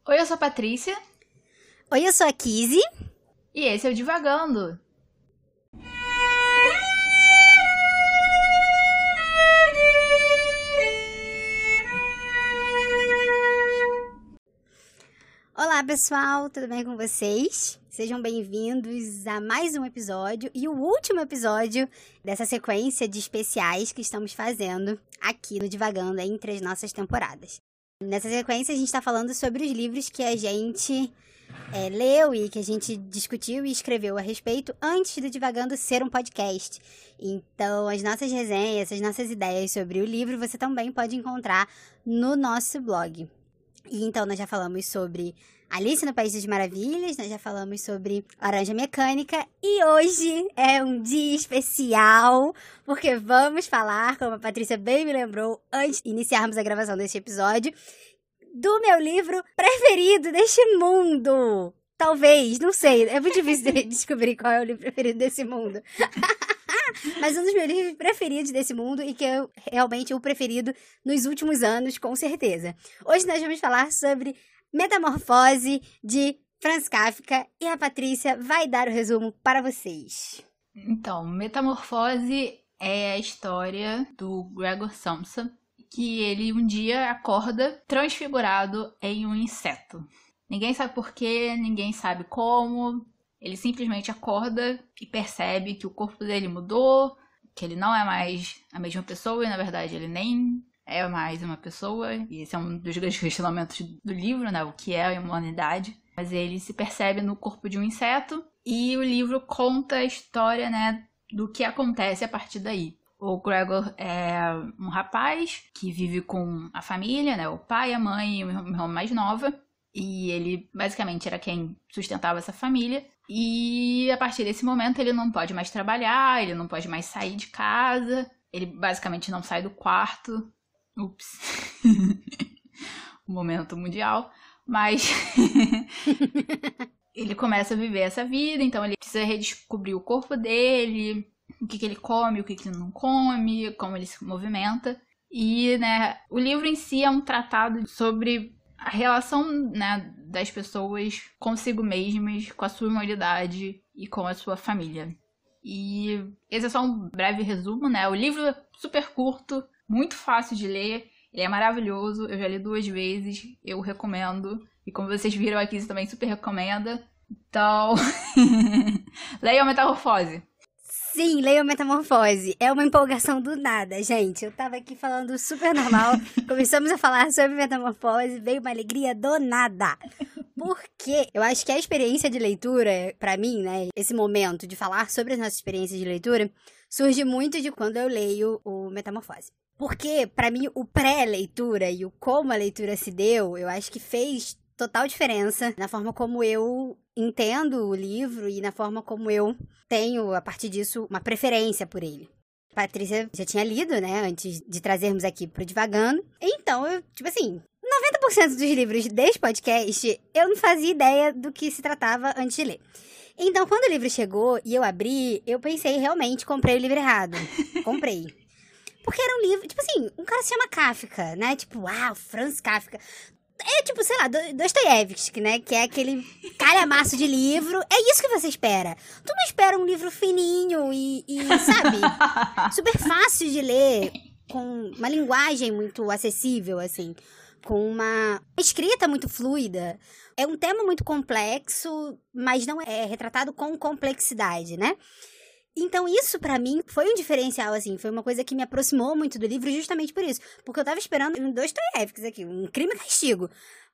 Oi, eu sou a Patrícia. Oi, eu sou a Kizzy. E esse é o Divagando. Olá, pessoal, tudo bem com vocês? Sejam bem-vindos a mais um episódio e o último episódio dessa sequência de especiais que estamos fazendo aqui no Divagando entre as nossas temporadas. Nessa sequência, a gente está falando sobre os livros que a gente leu e que a gente discutiu e escreveu a respeito antes do Divagando ser um podcast. Então, as nossas resenhas, as nossas ideias sobre o livro, você também pode encontrar no nosso blog. E então, nós já falamos sobre Alice no País das Maravilhas, nós já falamos sobre Laranja Mecânica, e hoje é um dia especial, porque vamos falar, como a Patrícia bem me lembrou, antes de iniciarmos a gravação deste episódio, do meu livro preferido deste mundo. Talvez, não sei, é muito difícil de descobrir qual é o livro preferido desse mundo. Mas um dos meus livros preferidos desse mundo e que é realmente o preferido nos últimos anos, com certeza. Hoje nós vamos falar sobre Metamorfose, de Franz Kafka, e a Patrícia vai dar o resumo para vocês. Então, Metamorfose é a história do Gregor Samsa, que ele um dia acorda transfigurado em um inseto. Ninguém sabe porquê, ninguém sabe como. Ele simplesmente acorda e percebe que o corpo dele mudou, que ele não é mais a mesma pessoa e, na verdade, ele nem é mais uma pessoa. E esse é um dos grandes questionamentos do livro, né? O que é a humanidade. Mas ele se percebe no corpo de um inseto e o livro conta a história, né, do que acontece a partir daí. O Gregor é um rapaz que vive com a família, né? O pai, a mãe e uma irmã mais nova. E ele, basicamente, era quem sustentava essa família. E, a partir desse momento, ele não pode mais trabalhar, ele não pode mais sair de casa. Ele, basicamente, não sai do quarto. Ups. Um momento mundial. Mas ele começa a viver essa vida, então ele precisa redescobrir o corpo dele, o que ele come, o que ele não come, como ele se movimenta. E, né, o livro em si é um tratado sobre a relação, né, das pessoas consigo mesmas, com a sua humanidade e com a sua família. E esse é só um breve resumo, né? O livro é super curto, muito fácil de ler, ele é maravilhoso, eu já li 2 vezes, eu recomendo. E como vocês viram aqui, você também super recomenda. Então, leiam Metamorfose. Sim, leiam Metamorfose. É uma empolgação do nada, gente. Eu tava aqui falando super normal, começamos a falar sobre Metamorfose, veio uma alegria do nada. Porque eu acho que a experiência de leitura, pra mim, né, esse momento de falar sobre as nossas experiências de leitura, surge muito de quando eu leio o Metamorfose. Porque, pra mim, o pré-leitura e o como a leitura se deu, eu acho que fez total diferença na forma como eu entendo o livro e na forma como eu tenho, a partir disso, uma preferência por ele. A Patrícia já tinha lido, né, antes de trazermos aqui pro Divagando. Então, eu, tipo assim, 90% dos livros desse podcast, eu não fazia ideia do que se tratava antes de ler. Então, quando o livro chegou e eu abri, eu pensei, realmente, comprei o livro errado. Comprei. Porque era um livro, tipo assim, um cara se chama Kafka, né? Tipo, uau, Franz Kafka. É tipo, sei lá, Dostoiévski, né? Que é aquele calhamaço de livro. É isso que você espera. Tu não espera um livro fininho e sabe, super fácil de ler, com uma linguagem muito acessível, assim, com uma escrita muito fluida. É um tema muito complexo, mas não é retratado com complexidade, né? Então, isso, pra mim, foi um diferencial, assim, foi uma coisa que me aproximou muito do livro justamente por isso. Porque eu tava esperando um Dostoiévski aqui, um Crime e Castigo.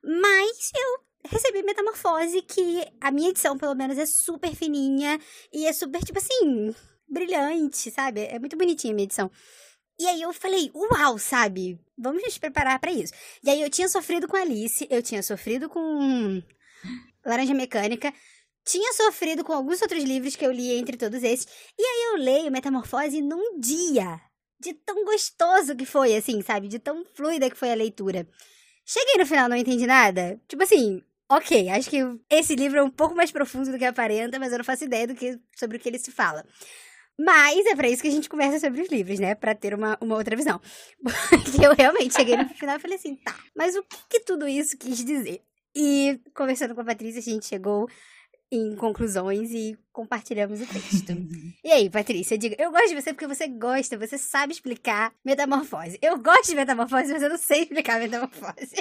Mas eu recebi Metamorfose, que a minha edição, pelo menos, é super fininha e é super, tipo assim, brilhante, sabe? É muito bonitinha a minha edição. E aí eu falei, uau, sabe? Vamos nos preparar pra isso. E aí eu tinha sofrido com Alice, eu tinha sofrido com Laranja Mecânica, tinha sofrido com alguns outros livros que eu li entre todos esses. E aí eu leio Metamorfose num dia. De tão gostoso que foi, assim, sabe? De tão fluida que foi a leitura. Cheguei no final, não entendi nada. Tipo assim, ok, acho que esse livro é um pouco mais profundo do que aparenta, mas eu não faço ideia sobre o que ele se fala. Mas é pra isso que a gente conversa sobre os livros, né? Pra ter uma outra visão. Porque eu realmente cheguei no final e falei assim, tá, mas o que tudo isso quis dizer? E conversando com a Patrícia, a gente chegou em conclusões e compartilhamos o texto. E aí, Patrícia, diga, eu gosto de você porque você gosta, você sabe explicar metamorfose. Eu gosto de metamorfose, mas eu não sei explicar metamorfose.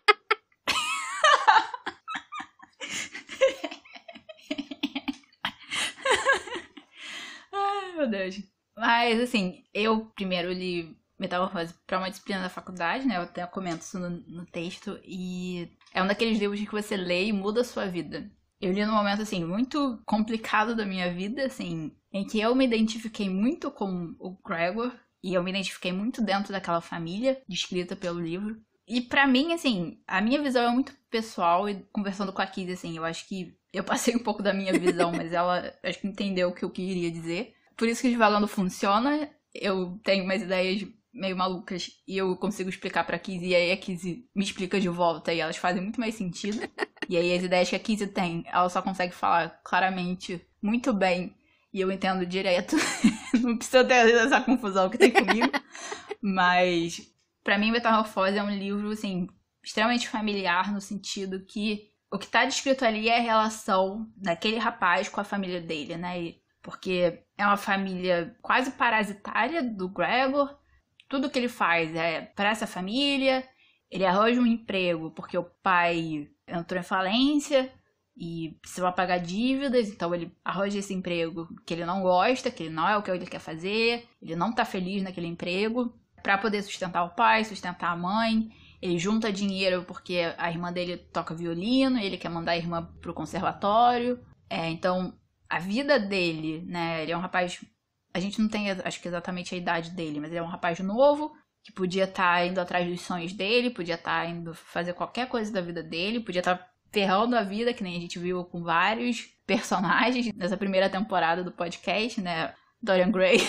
Ai, meu Deus. Mas, assim, eu primeiro li Metamorfose pra uma disciplina da faculdade, né? Eu até comento isso no texto. E é um daqueles livros que você lê e muda a sua vida. Eu li num momento, assim, muito complicado da minha vida, assim, em que eu me identifiquei muito com o Gregor. E eu me identifiquei muito dentro daquela família descrita pelo livro. E pra mim, assim, a minha visão é muito pessoal. E conversando com a Kizzy, assim, eu acho que eu passei um pouco da minha visão, mas ela acho que entendeu o que eu queria dizer. Por isso que o Divagando funciona. Eu tenho umas ideias meio malucas e eu consigo explicar pra Kizzy, e aí a Kizzy me explica de volta e elas fazem muito mais sentido. E aí as ideias que a Kizzy tem, ela só consegue falar claramente, muito bem, e eu entendo direto. Não precisa ter essa confusão que tem comigo. Mas pra mim Metamorfose é um livro, assim, extremamente familiar, no sentido que o que tá descrito ali é a relação daquele rapaz com a família dele, né? Porque é uma família quase parasitária do Gregor. Tudo que ele faz é para essa família. Ele arranja um emprego porque o pai entrou em falência e precisava pagar dívidas. Então ele arranja esse emprego que ele não gosta, que não é o que ele quer fazer. Ele não tá feliz naquele emprego. Para poder sustentar o pai, sustentar a mãe. Ele junta dinheiro porque a irmã dele toca violino. E ele quer mandar a irmã pro conservatório. Então a vida dele, né? Ele é um rapaz... A gente não tem, acho que exatamente a idade dele, mas ele é um rapaz novo, que podia estar indo atrás dos sonhos dele, podia estar indo fazer qualquer coisa da vida dele, podia estar ferrando a vida, que nem a gente viu com vários personagens nessa primeira temporada do podcast, né? Dorian Gray.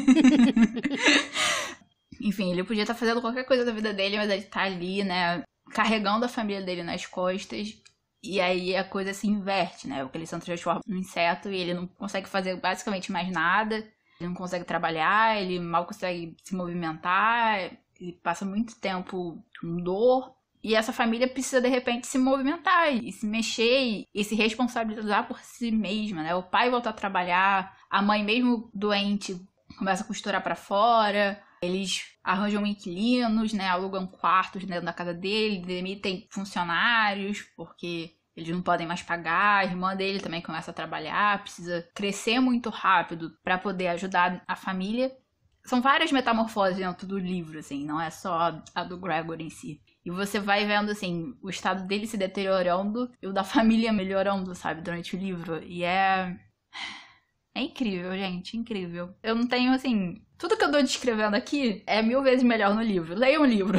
Enfim, ele podia estar fazendo qualquer coisa da vida dele, mas ele tá ali, né? Carregando a família dele nas costas. E aí a coisa se inverte, né? Porque ele se transforma num inseto e ele não consegue fazer basicamente mais nada. Ele não consegue trabalhar, ele mal consegue se movimentar, ele passa muito tempo com dor. E essa família precisa, de repente, se movimentar e se mexer e se responsabilizar por si mesma, né? O pai volta a trabalhar, a mãe, mesmo doente, começa a costurar pra fora. Eles arranjam inquilinos, né? Alugam quartos dentro da casa dele, demitem funcionários, porque eles não podem mais pagar. A irmã dele também começa a trabalhar, precisa crescer muito rápido para poder ajudar a família. São várias metamorfoses dentro do livro, assim, não é só a do Gregor em si. E você vai vendo, assim, o estado dele se deteriorando e o da família melhorando, sabe, durante o livro. E é incrível, gente, incrível. Eu não tenho, assim... Tudo que eu tô descrevendo aqui é 1000 vezes melhor no livro. Leiam o livro.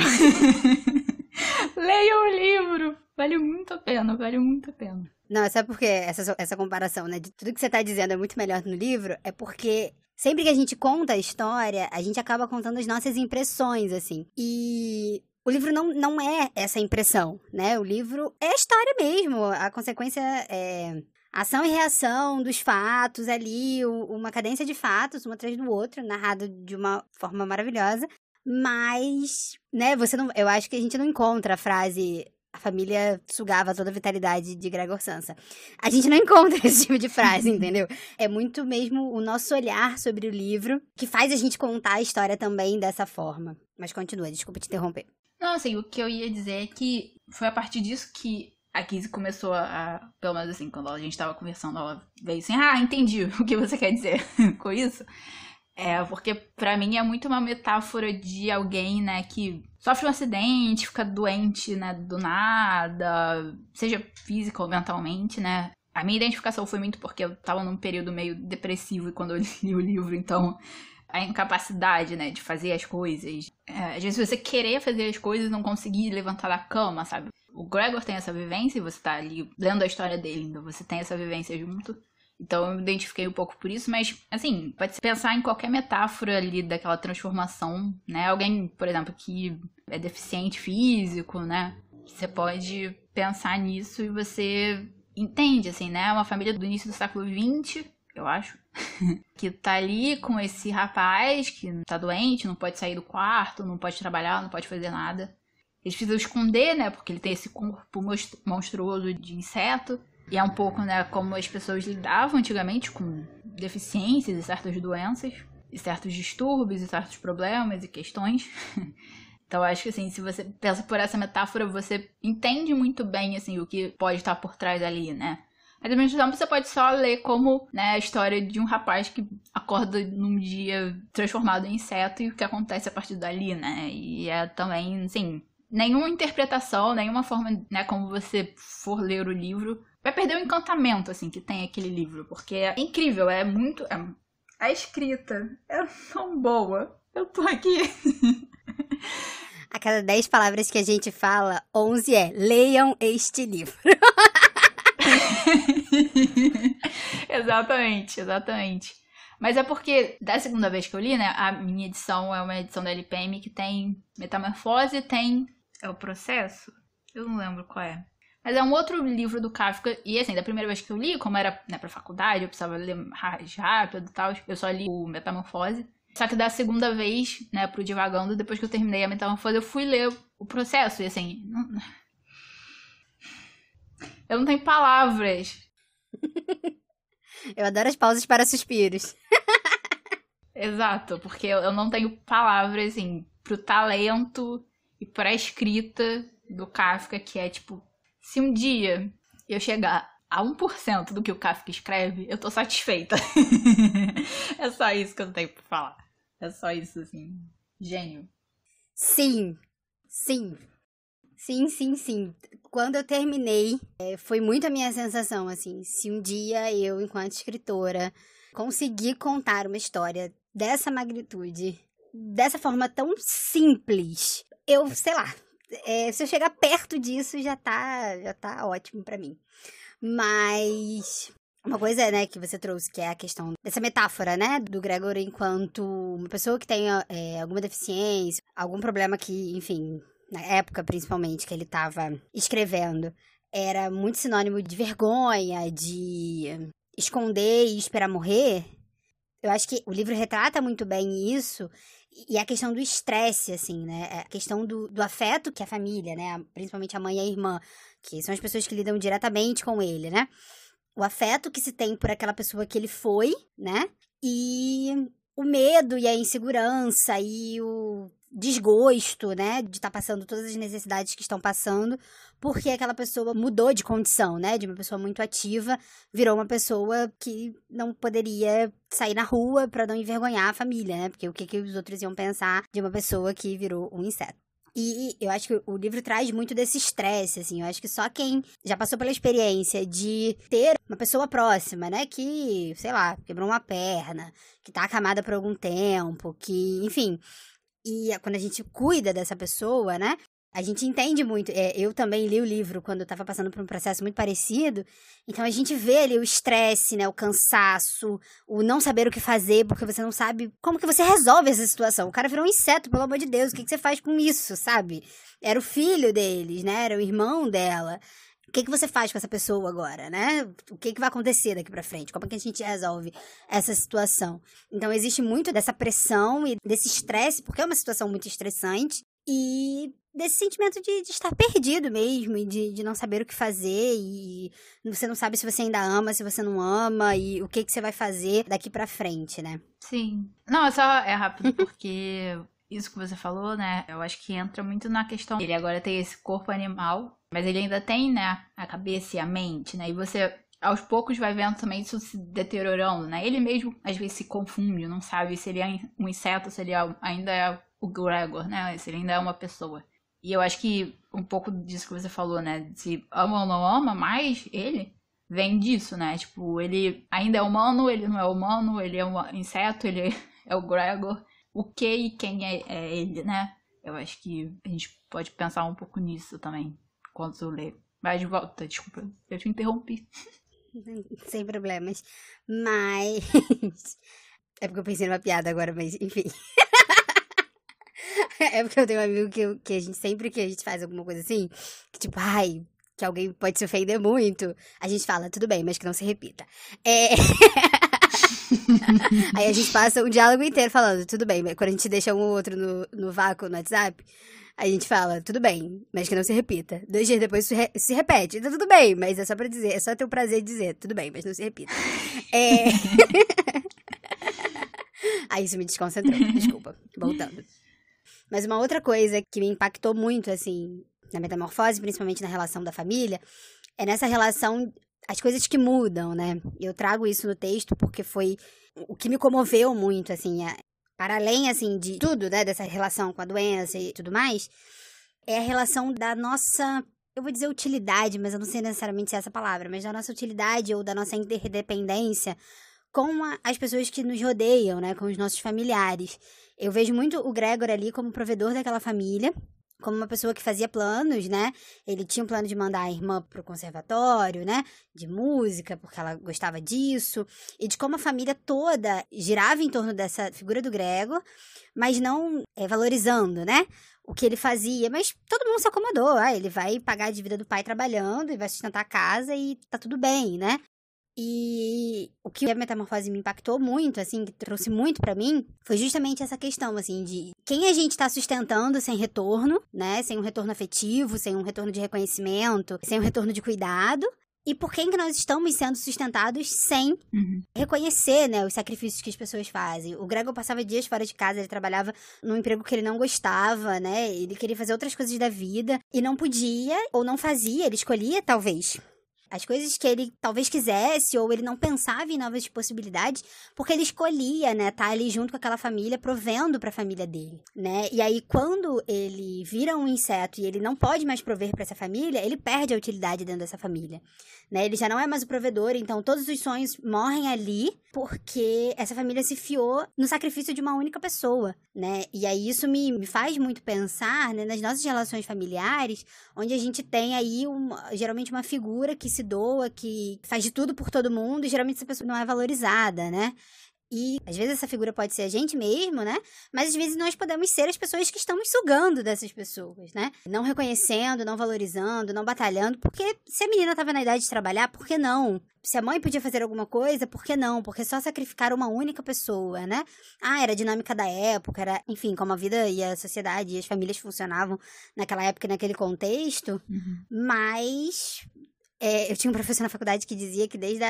Leiam o livro. Vale muito a pena, vale muito a pena. Não, sabe por que essa comparação, né? De tudo que você tá dizendo é muito melhor no livro, é porque sempre que a gente conta a história, a gente acaba contando as nossas impressões, assim. E o livro não é essa impressão, né? O livro é a história mesmo. A consequência é ação e reação dos fatos ali, uma cadência de fatos, um atrás do outro, narrado de uma forma maravilhosa. Mas, né, eu acho que a gente não encontra a frase... A família sugava toda a vitalidade de Gregor Samsa. A gente não encontra esse tipo de frase, entendeu? É muito mesmo o nosso olhar sobre o livro que faz a gente contar a história também dessa forma. Mas continua, desculpa te interromper. Não, assim, o que eu ia dizer é que foi a partir disso que a Kizzy começou pelo menos assim, quando a gente tava conversando, ela veio assim, entendi o que você quer dizer com isso. Porque pra mim é muito uma metáfora de alguém, né, que sofre um acidente, fica doente, né, do nada, seja física ou mentalmente, né. A minha identificação foi muito porque eu tava num período meio depressivo quando eu li o livro, então a incapacidade, né, de fazer as coisas. Às vezes você querer fazer as coisas e não conseguir levantar da cama, sabe. O Gregor tem essa vivência e você tá ali lendo a história dele, então você tem essa vivência junto. Então eu me identifiquei um pouco por isso, mas, assim, pode se pensar em qualquer metáfora ali daquela transformação, né? Alguém, por exemplo, que é deficiente físico, né? Você pode pensar nisso e você entende, assim, né? Uma família do início do século XX, eu acho, que tá ali com esse rapaz que tá doente, não pode sair do quarto, não pode trabalhar, não pode fazer nada. eles precisam esconder, né? Porque ele tem esse corpo monstruoso de inseto. E é um pouco, né, como as pessoas lidavam antigamente com deficiências e certas doenças, e certos distúrbios, e certos problemas e questões. Então, eu acho que, assim, se você pensa por essa metáfora, você entende muito bem, assim, o que pode estar por trás ali, né? Mas, ao mesmo tempo, você pode só ler como, né, a história de um rapaz que acorda num dia transformado em inseto e o que acontece a partir dali, né? E é também, assim, nenhuma interpretação, nenhuma forma, né, como você for ler o livro, vai perder o encantamento, assim, que tem aquele livro. Porque é incrível, é muito... A escrita é tão boa. Eu tô aqui... A cada 10 palavras que a gente fala, 11 leiam este livro. Exatamente. Mas é porque, da segunda vez que eu li, né, a minha edição é uma edição da LPM que tem Metamorfose, tem... É o Processo? Eu não lembro qual é. Mas é um outro livro do Kafka, e assim, da primeira vez que eu li, como era, né, pra faculdade, eu precisava ler mais rápido e tal, eu só li o Metamorfose. Só que da segunda vez, né, pro Divagando, depois que eu terminei a Metamorfose, eu fui ler o Processo, e assim... Eu não tenho palavras. Eu adoro as pausas para suspiros. Exato, porque eu não tenho palavras, assim, pro talento e pra escrita do Kafka, que é, tipo, se um dia eu chegar a 1% do que o Kafka escreve, eu tô satisfeita. É só isso que eu tenho pra falar. É só isso, assim, gênio. Sim. Quando eu terminei, foi muito a minha sensação, assim, se um dia eu, enquanto escritora, conseguir contar uma história dessa magnitude, dessa forma tão simples, eu, sei lá, se eu chegar perto disso, já tá ótimo pra mim. Mas uma coisa, né, que você trouxe, que é a questão dessa metáfora, né, do Gregor enquanto uma pessoa que tem alguma deficiência, algum problema que, enfim... Na época, principalmente, que ele estava escrevendo, era muito sinônimo de vergonha, de esconder e esperar morrer. Eu acho que o livro retrata muito bem isso, e a questão do estresse, assim, né? A questão do afeto que a família, né? Principalmente a mãe e a irmã, que são as pessoas que lidam diretamente com ele, né? O afeto que se tem por aquela pessoa que ele foi, né? E o medo e a insegurança e o desgosto, né, de estar passando todas as necessidades que estão passando, porque aquela pessoa mudou de condição, né, de uma pessoa muito ativa, virou uma pessoa que não poderia sair na rua para não envergonhar a família, né, porque o que os outros iam pensar de uma pessoa que virou um inseto. E eu acho que o livro traz muito desse estresse, assim, eu acho que só quem já passou pela experiência de ter uma pessoa próxima, né, que, sei lá, quebrou uma perna, que tá acamada por algum tempo, que, enfim... E quando a gente cuida dessa pessoa, né, a gente entende muito. Eu também li o livro quando eu estava passando por um processo muito parecido. Então, a gente vê ali o estresse, né, o cansaço, o não saber o que fazer, porque você não sabe como que você resolve essa situação. O cara virou um inseto, pelo amor de Deus, o que você faz com isso, sabe? Era o filho deles, né, era o irmão dela. O que você faz com essa pessoa agora, né? O que vai acontecer daqui pra frente? Como é que a gente resolve essa situação? Então, existe muito dessa pressão e desse estresse, porque é uma situação muito estressante, e desse sentimento de estar perdido mesmo, e de não saber o que fazer, e você não sabe se você ainda ama, se você não ama, e o que você vai fazer daqui pra frente, né? Sim. Não, é rápido, porque... Isso que você falou, né, eu acho que entra muito na questão... Ele agora tem esse corpo animal, mas ele ainda tem, né, a cabeça e a mente, né, e você, aos poucos, vai vendo também isso se deteriorando, né, ele mesmo, às vezes, se confunde, não sabe se ele é um inseto, se ele ainda é o Gregor, né, se ele ainda é uma pessoa. E eu acho que um pouco disso que você falou, né, se ama ou não ama mais ele, vem disso, né, tipo, ele ainda é humano, ele não é humano, ele é um inseto, ele é o Gregor... O que e quem é ele, né? Eu acho que a gente pode pensar um pouco nisso também, quando eu ler. Mas de volta, desculpa, eu te interrompi. Sem problemas. Mas... É porque eu pensei numa piada agora, mas enfim. É porque eu tenho um amigo que a gente, sempre que a gente faz alguma coisa assim, que tipo, ai, que alguém pode se ofender muito, a gente fala, tudo bem, mas que não se repita. Aí a gente passa um diálogo inteiro falando, tudo bem, mas quando a gente deixa um ou outro no vácuo no WhatsApp, A gente fala, tudo bem, mas que não se repita. 2 dias depois se repete. Então, tudo bem, mas é só pra dizer, é só ter o prazer de dizer, tudo bem, mas não se repita. Aí isso me desconcentrou, desculpa. Voltando. Mas uma outra coisa que me impactou muito, assim, na metamorfose, principalmente na relação da família, é nessa relação, as coisas que mudam, né? Eu trago isso no texto porque foi o que me comoveu muito, assim, para além, assim, de tudo, né, dessa relação com a doença e tudo mais, é a relação da nossa, eu vou dizer utilidade, mas eu não sei necessariamente se é essa palavra, mas da nossa utilidade ou da nossa interdependência com as pessoas que nos rodeiam, né, com os nossos familiares. Eu vejo muito o Gregor ali como provedor daquela família, como uma pessoa que fazia planos, né? Ele tinha um plano de mandar a irmã pro conservatório, né? De música, porque ela gostava disso. E de como a família toda girava em torno dessa figura do Gregor, mas não valorizando, né? O que ele fazia. Mas todo mundo se acomodou. Ele vai pagar a dívida do pai trabalhando e vai sustentar a casa e tá tudo bem, né? E o que a metamorfose me impactou muito, assim, que trouxe muito pra mim, foi justamente essa questão, assim, de quem a gente tá sustentando sem retorno, né? Sem um retorno afetivo, sem um retorno de reconhecimento, sem um retorno de cuidado. E por quem que nós estamos sendo sustentados sem reconhecer, né, os sacrifícios que as pessoas fazem. O Gregor passava dias fora de casa, ele trabalhava num emprego que ele não gostava, né? Ele queria fazer outras coisas da vida e não podia ou não fazia, ele escolhia, talvez, as coisas que ele talvez quisesse, ou ele não pensava em novas possibilidades, porque ele escolhia, né, estar ali junto com aquela família, provendo para a família dele, né? E aí, quando ele vira um inseto e ele não pode mais prover para essa família, ele perde a utilidade dentro dessa família, né? Ele já não é mais o provedor, então todos os sonhos morrem ali, porque essa família se fiou no sacrifício de uma única pessoa, né? E aí isso me faz muito pensar, né, nas nossas relações familiares, onde a gente tem aí geralmente uma figura que se doa, que faz de tudo por todo mundo, e geralmente essa pessoa não é valorizada, né? E às vezes essa figura pode ser a gente mesmo, né? Mas às vezes nós podemos ser as pessoas que estamos sugando dessas pessoas, né? Não reconhecendo, não valorizando, não batalhando, porque se a menina estava na idade de trabalhar, por que não? Se a mãe podia fazer alguma coisa, por que não? Porque só sacrificar uma única pessoa, né? Era a dinâmica da época, era, enfim, como a vida e a sociedade e as famílias funcionavam naquela época e naquele contexto, mas eu tinha um professor na faculdade que dizia que desde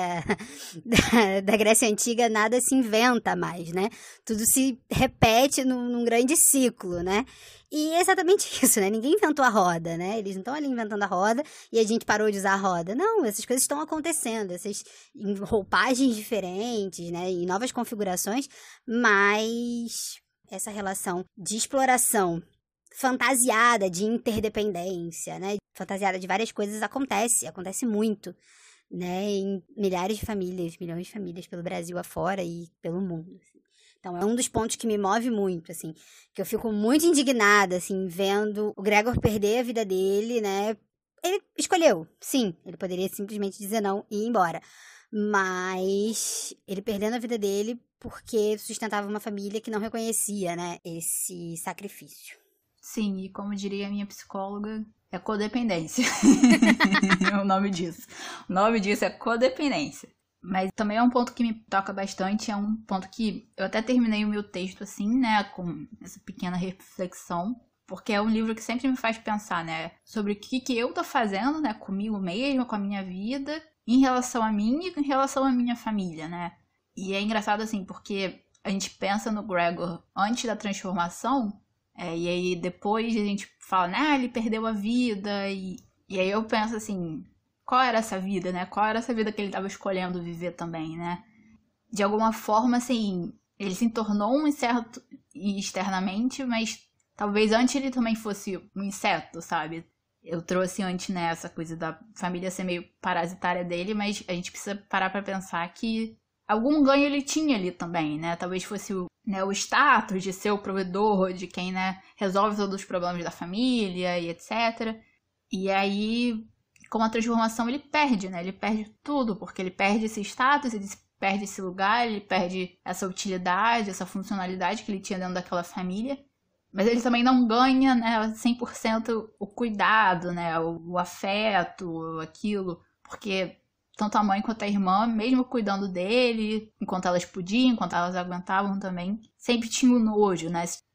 da Grécia Antiga nada se inventa mais, né? Tudo se repete num grande ciclo, né? E é exatamente isso, né? Ninguém inventou a roda, né? Eles não estão ali inventando a roda e a gente parou de usar a roda. Não, essas coisas estão acontecendo, essas em roupagens diferentes, né? Em novas configurações, mas essa relação de exploração fantasiada de interdependência, né? Fantasiada de várias coisas acontece muito, né? Em milhares de famílias, milhões de famílias pelo Brasil afora e pelo mundo. Assim. Então, é um dos pontos que me move muito, assim, que eu fico muito indignada, assim, vendo o Gregor perder a vida dele, né? Ele escolheu, sim, ele poderia simplesmente dizer não e ir embora, mas ele perdendo a vida dele porque sustentava uma família que não reconhecia, né, esse sacrifício. Sim, e como diria a minha psicóloga, é codependência. É o nome disso. O nome disso é codependência. Mas também é um ponto que me toca bastante, é um ponto que eu até terminei o meu texto assim, né, com essa pequena reflexão, porque é um livro que sempre me faz pensar, né, sobre o que eu tô fazendo, né, comigo mesma, com a minha vida, em relação a mim e em relação à minha família, né. E é engraçado assim, porque a gente pensa no Gregor antes da transformação, e aí depois a gente fala, né, ele perdeu a vida, e aí eu penso assim, qual era essa vida, né? Qual era essa vida que ele estava escolhendo viver também, né? De alguma forma, assim, ele se tornou um inseto externamente, mas talvez antes ele também fosse um inseto, sabe? Eu trouxe antes, né, essa coisa da família ser meio parasitária dele, mas a gente precisa parar pra pensar que algum ganho ele tinha ali também, né? Talvez fosse o status de ser o provedor, de quem, né, resolve todos os problemas da família e etc. E aí, com a transformação, ele perde, né? Ele perde tudo, porque ele perde esse status, ele perde esse lugar, ele perde essa utilidade, essa funcionalidade que ele tinha dentro daquela família. Mas ele também não ganha, né, 100% o cuidado, né, o afeto, aquilo, porque tanto a mãe quanto a irmã, mesmo cuidando dele, enquanto elas podiam, enquanto elas aguentavam também, sempre tinha o nojo, né?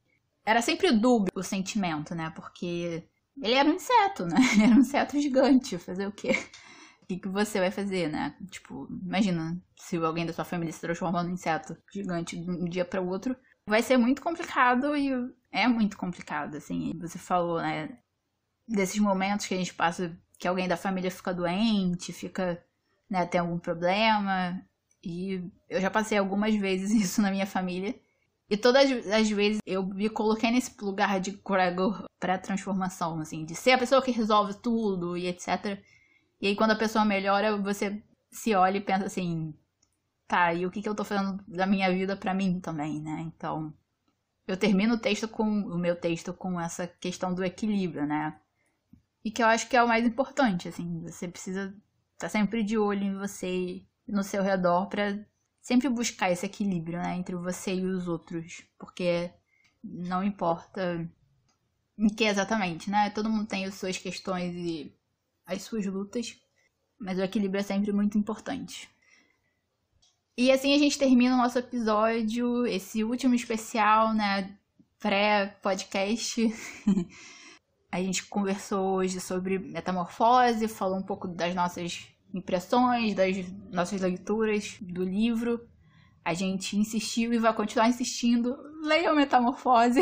era sempre dúbio o sentimento, né? Porque ele era um inseto, né? Ele era um inseto gigante. Fazer o quê? O que você vai fazer, né? Tipo, imagina se alguém da sua família se transformar num inseto gigante de um dia para o outro. Vai ser muito complicado e é muito complicado, assim. Você falou, né? Desses momentos que a gente passa, que alguém da família fica doente, fica, né, tem algum problema. E eu já passei algumas vezes isso na minha família. E todas as vezes eu me coloquei nesse lugar de Gregor pré-transformação, assim, de ser a pessoa que resolve tudo e etc. E aí quando a pessoa melhora, você se olha e pensa assim, tá, e o que eu tô fazendo da minha vida pra mim também, né? Então, eu termino o meu texto com essa questão do equilíbrio, né? E que eu acho que é o mais importante, assim, você precisa estar sempre de olho em você e no seu redor pra sempre buscar esse equilíbrio, né, entre você e os outros, porque não importa em que exatamente, né, todo mundo tem as suas questões e as suas lutas, mas o equilíbrio é sempre muito importante. E assim a gente termina o nosso episódio, esse último especial, né, pré-podcast. A gente conversou hoje sobre metamorfose, falou um pouco das nossas impressões, das nossas leituras do livro. A gente insistiu e vai continuar insistindo. Leiam Metamorfose.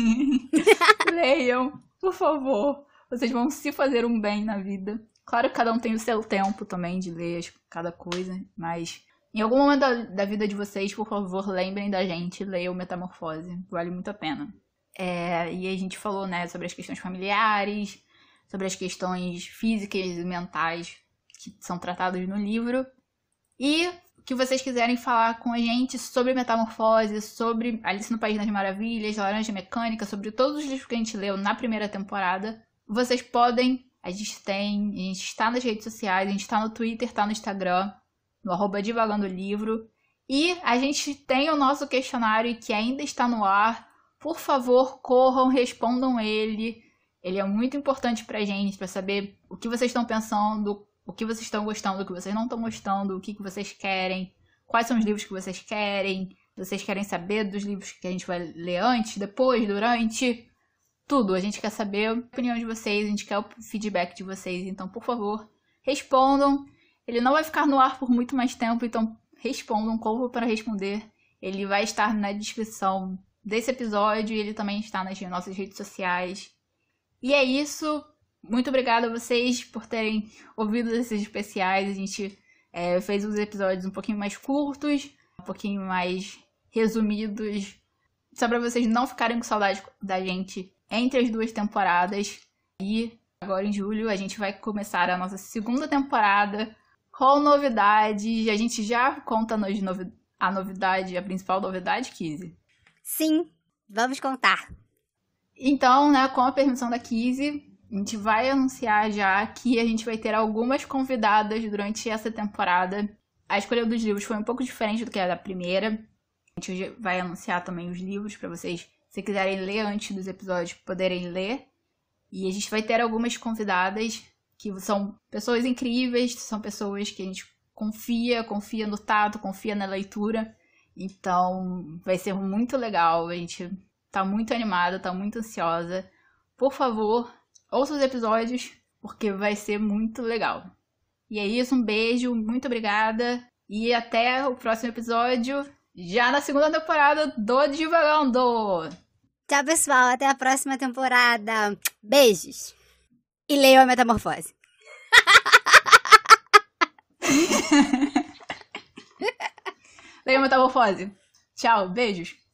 Leiam, por favor. Vocês vão se fazer um bem na vida. Claro que cada um tem o seu tempo também de ler cada coisa, mas em algum momento da vida de vocês, por favor, lembrem da gente, leiam Metamorfose. Vale muito a pena. E a gente falou, né, sobre as questões familiares, sobre as questões físicas e mentais que são tratados no livro. E que vocês quiserem falar com a gente sobre Metamorfose, sobre Alice no País das Maravilhas, Laranja Mecânica, sobre todos os livros que a gente leu na primeira temporada, vocês podem, a gente está nas redes sociais, a gente está no Twitter, está no Instagram, no @divagandolivro, e a gente tem o nosso questionário que ainda está no ar. Por favor, corram, respondam ele. Ele é muito importante pra gente, pra saber o que vocês estão pensando, o que vocês estão gostando, o que vocês não estão gostando, o que vocês querem, quais são os livros que vocês querem, se vocês querem saber dos livros que a gente vai ler antes, depois, durante, tudo. A gente quer saber a opinião de vocês, a gente quer o feedback de vocês, então, por favor, respondam. Ele não vai ficar no ar por muito mais tempo, então respondam, corram para responder. Ele vai estar na descrição desse episódio e ele também está nas nossas redes sociais. E é isso. Muito obrigada a vocês por terem ouvido esses especiais. A gente fez os episódios um pouquinho mais curtos, um pouquinho mais resumidos, só para vocês não ficarem com saudade da gente entre as duas temporadas. E agora em julho a gente vai começar a nossa segunda temporada com novidades. A gente já conta a novidade, a principal novidade, Kizzy? Sim, vamos contar. Então, né, com a permissão da Kizzy, a gente vai anunciar já que a gente vai ter algumas convidadas durante essa temporada. A escolha dos livros foi um pouco diferente do que a da primeira. A gente vai anunciar também os livros para vocês, se quiserem ler antes dos episódios, poderem ler. E a gente vai ter algumas convidadas que são pessoas incríveis, são pessoas que a gente confia no tato, confia na leitura. Então, vai ser muito legal. A gente tá muito animada, tá muito ansiosa. Por favor, ouça os episódios, porque vai ser muito legal. E é isso, um beijo, muito obrigada. E até o próximo episódio, já na segunda temporada do Divagando. Tchau, pessoal. Até a próxima temporada. Beijos. E leiam a Metamorfose. Leiam a Metamorfose. Tchau, beijos.